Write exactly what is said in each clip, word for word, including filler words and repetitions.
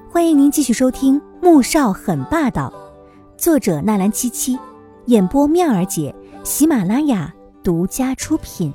欢迎您继续收听《穆少很霸道》，作者纳兰七七，演播妙儿姐，喜马拉雅独家出品。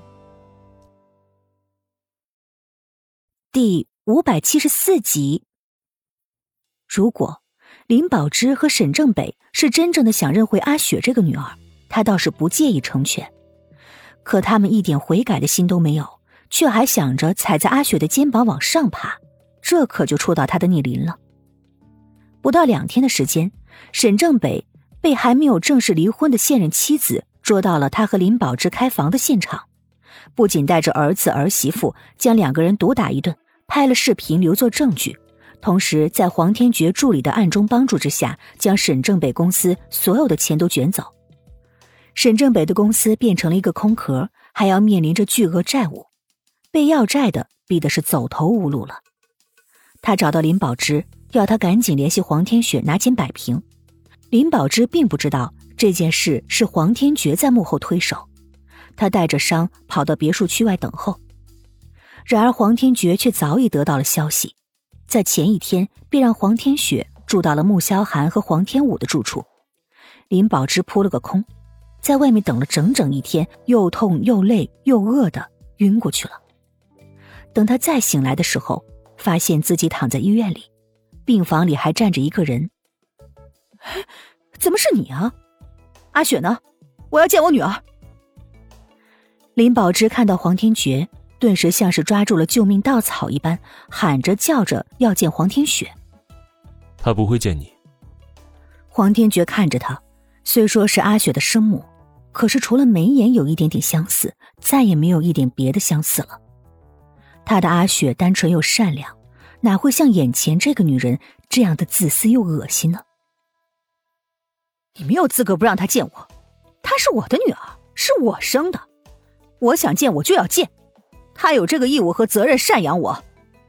第五百七十四集。如果林宝芝和沈正北是真正的想认回阿雪这个女儿，他倒是不介意成全。可他们一点悔改的心都没有，却还想着踩在阿雪的肩膀往上爬，这可就触到他的逆鳞了。不到两天的时间，沈正北被还没有正式离婚的现任妻子捉到了他和林宝芝开房的现场，不仅带着儿子儿媳妇将两个人毒打一顿，拍了视频留作证据，同时在黄天觉助理的暗中帮助之下，将沈正北公司所有的钱都卷走。沈正北的公司变成了一个空壳，还要面临着巨额债务，被要债的逼的是走投无路了。他找到林宝芝，要他赶紧联系黄天雪拿钱摆平。林宝芝并不知道这件事是黄天觉在幕后推手，他带着伤跑到别墅区外等候。然而黄天觉却早已得到了消息，在前一天便让黄天雪住到了穆萧寒和黄天武的住处。林宝芝扑了个空，在外面等了整整一天，又痛又累又饿的晕过去了。等他再醒来的时候，发现自己躺在医院里，病房里还站着一个人。怎么是你啊？阿雪呢？我要见我女儿。林宝芝看到黄天觉，顿时像是抓住了救命稻草一般，喊着叫着要见黄天雪。 他不会见你。 黄天觉看着他，虽说是阿雪的生母，可是除了眉眼有一点点相似，再也没有一点别的相似了。他的阿雪单纯又善良，哪会像眼前这个女人这样的自私又恶心呢？你没有资格不让她见我，她是我的女儿，是我生的，我想见我就要见，她有这个义务和责任赡养我。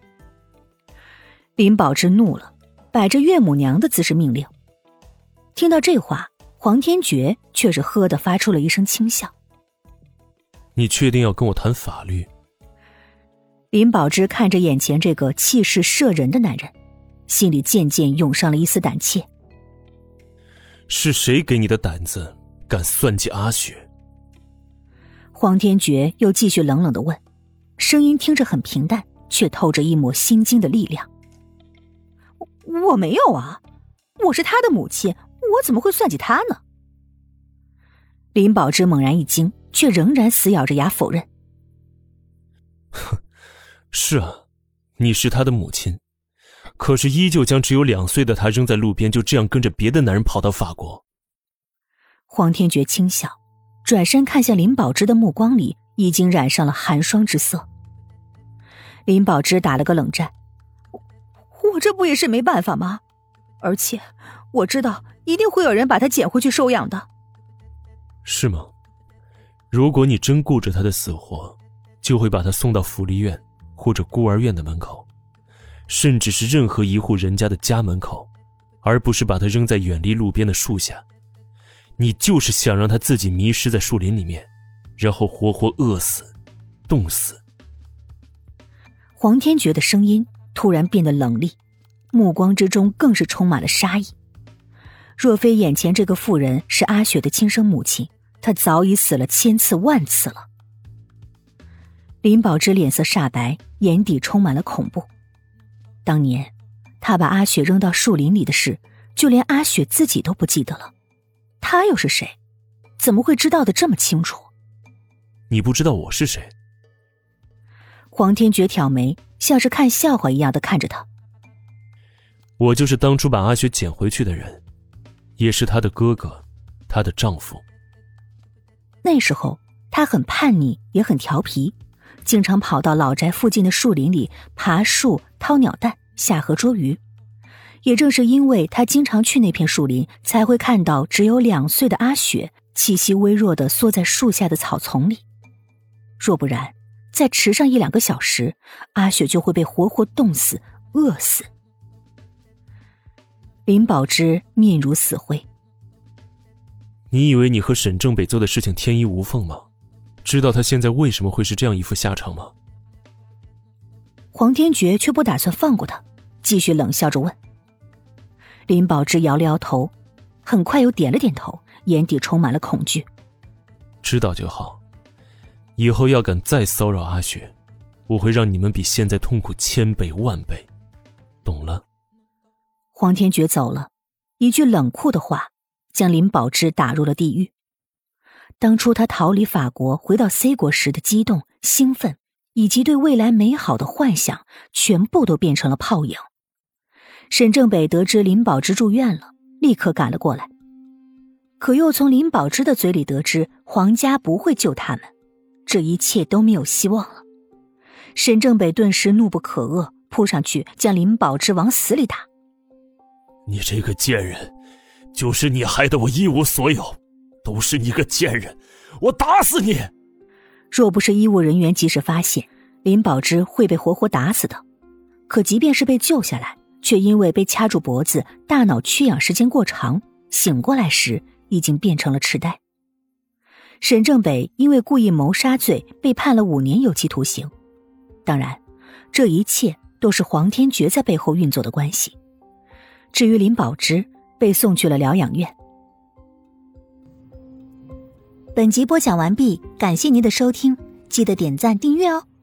林宝芝怒了，摆着岳母娘的姿势命令。听到这话，黄天觉却是呵地发出了一声轻笑。 你确定要跟我谈法律？ 林宝芝看着眼前这个气势慑人的男人，心里渐渐涌上了一丝胆怯。 是谁给你的胆子，敢算计阿雪？ 黄天觉又继续冷冷地问，声音听着很平淡，却透着一抹心惊的力量。我, 我没有啊，我是他的母亲，我怎么会算计他呢？林宝芝猛然一惊，却仍然死咬着牙否认。 是啊，你是他的母亲，可是依旧将只有两岁的他扔在路边，就这样跟着别的男人跑到法国。 黄天觉轻笑，转身看向林宝芝的目光里已经染上了寒霜之色。林宝芝打了个冷战，我, 我这不也是没办法吗？而且我知道一定会有人把他捡回去收养的。 是吗？如果你真顾着他的死活，就会把他送到福利院或者孤儿院的门口，甚至是任何一户人家的家门口，而不是把他扔在远离路边的树下。你就是想让他自己迷失在树林里面，然后活活饿死冻死。 黄天觉的声音突然变得冷厉，目光之中更是充满了杀意。若非眼前这个妇人是阿雪的亲生母亲，她早已死了千次万次了。林宝芝脸色煞白，眼底充满了恐怖。当年他把阿雪扔到树林里的事，就连阿雪自己都不记得了，他又是谁？怎么会知道的这么清楚？ 你不知道我是谁？ 黄天觉挑眉，像是看笑话一样的看着他。 我就是当初把阿雪捡回去的人，也是她的哥哥，她的丈夫。 那时候他很叛逆，也很调皮，经常跑到老宅附近的树林里爬树、掏鸟蛋、下河捉鱼。也正是因为他经常去那片树林，才会看到只有两岁的阿雪气息微弱地缩在树下的草丛里。若不然，再迟上一两个小时，阿雪就会被活活冻死、饿死。林宝芝面如死灰。 你以为你和沈正北做的事情天衣无缝吗？知道他现在为什么会是这样一副下场吗？ 黄天觉却不打算放过他，继续冷笑着问。 林保之摇了摇头，很快又点了点头，眼底充满了恐惧。 知道就好，以后要敢再骚扰阿雪，我会让你们比现在痛苦千倍万倍，懂了？ 黄天觉走了，一句冷酷的话将林保之打入了地狱。当初他逃离法国回到 C 国时的激动、兴奋，以及对未来美好的幻想，全部都变成了泡影。沈正北得知林保之住院了，立刻赶了过来，可又从林保之的嘴里得知皇家不会救他们，这一切都没有希望了。沈正北顿时怒不可遏，扑上去将林保之往死里打。 你这个贱人，就是你害得我一无所有，都是你个贱人，我打死你！ 若不是医务人员及时发现，林保之会被活活打死的。可即便是被救下来，却因为被掐住脖子，大脑缺氧时间过长，醒过来时已经变成了痴呆。沈正北因为故意谋杀罪被判了五年有期徒刑。当然，这一切都是黄天觉在背后运作的关系。至于林保之，被送去了疗养院。本集播讲完毕，感谢您的收听，记得点赞订阅哦。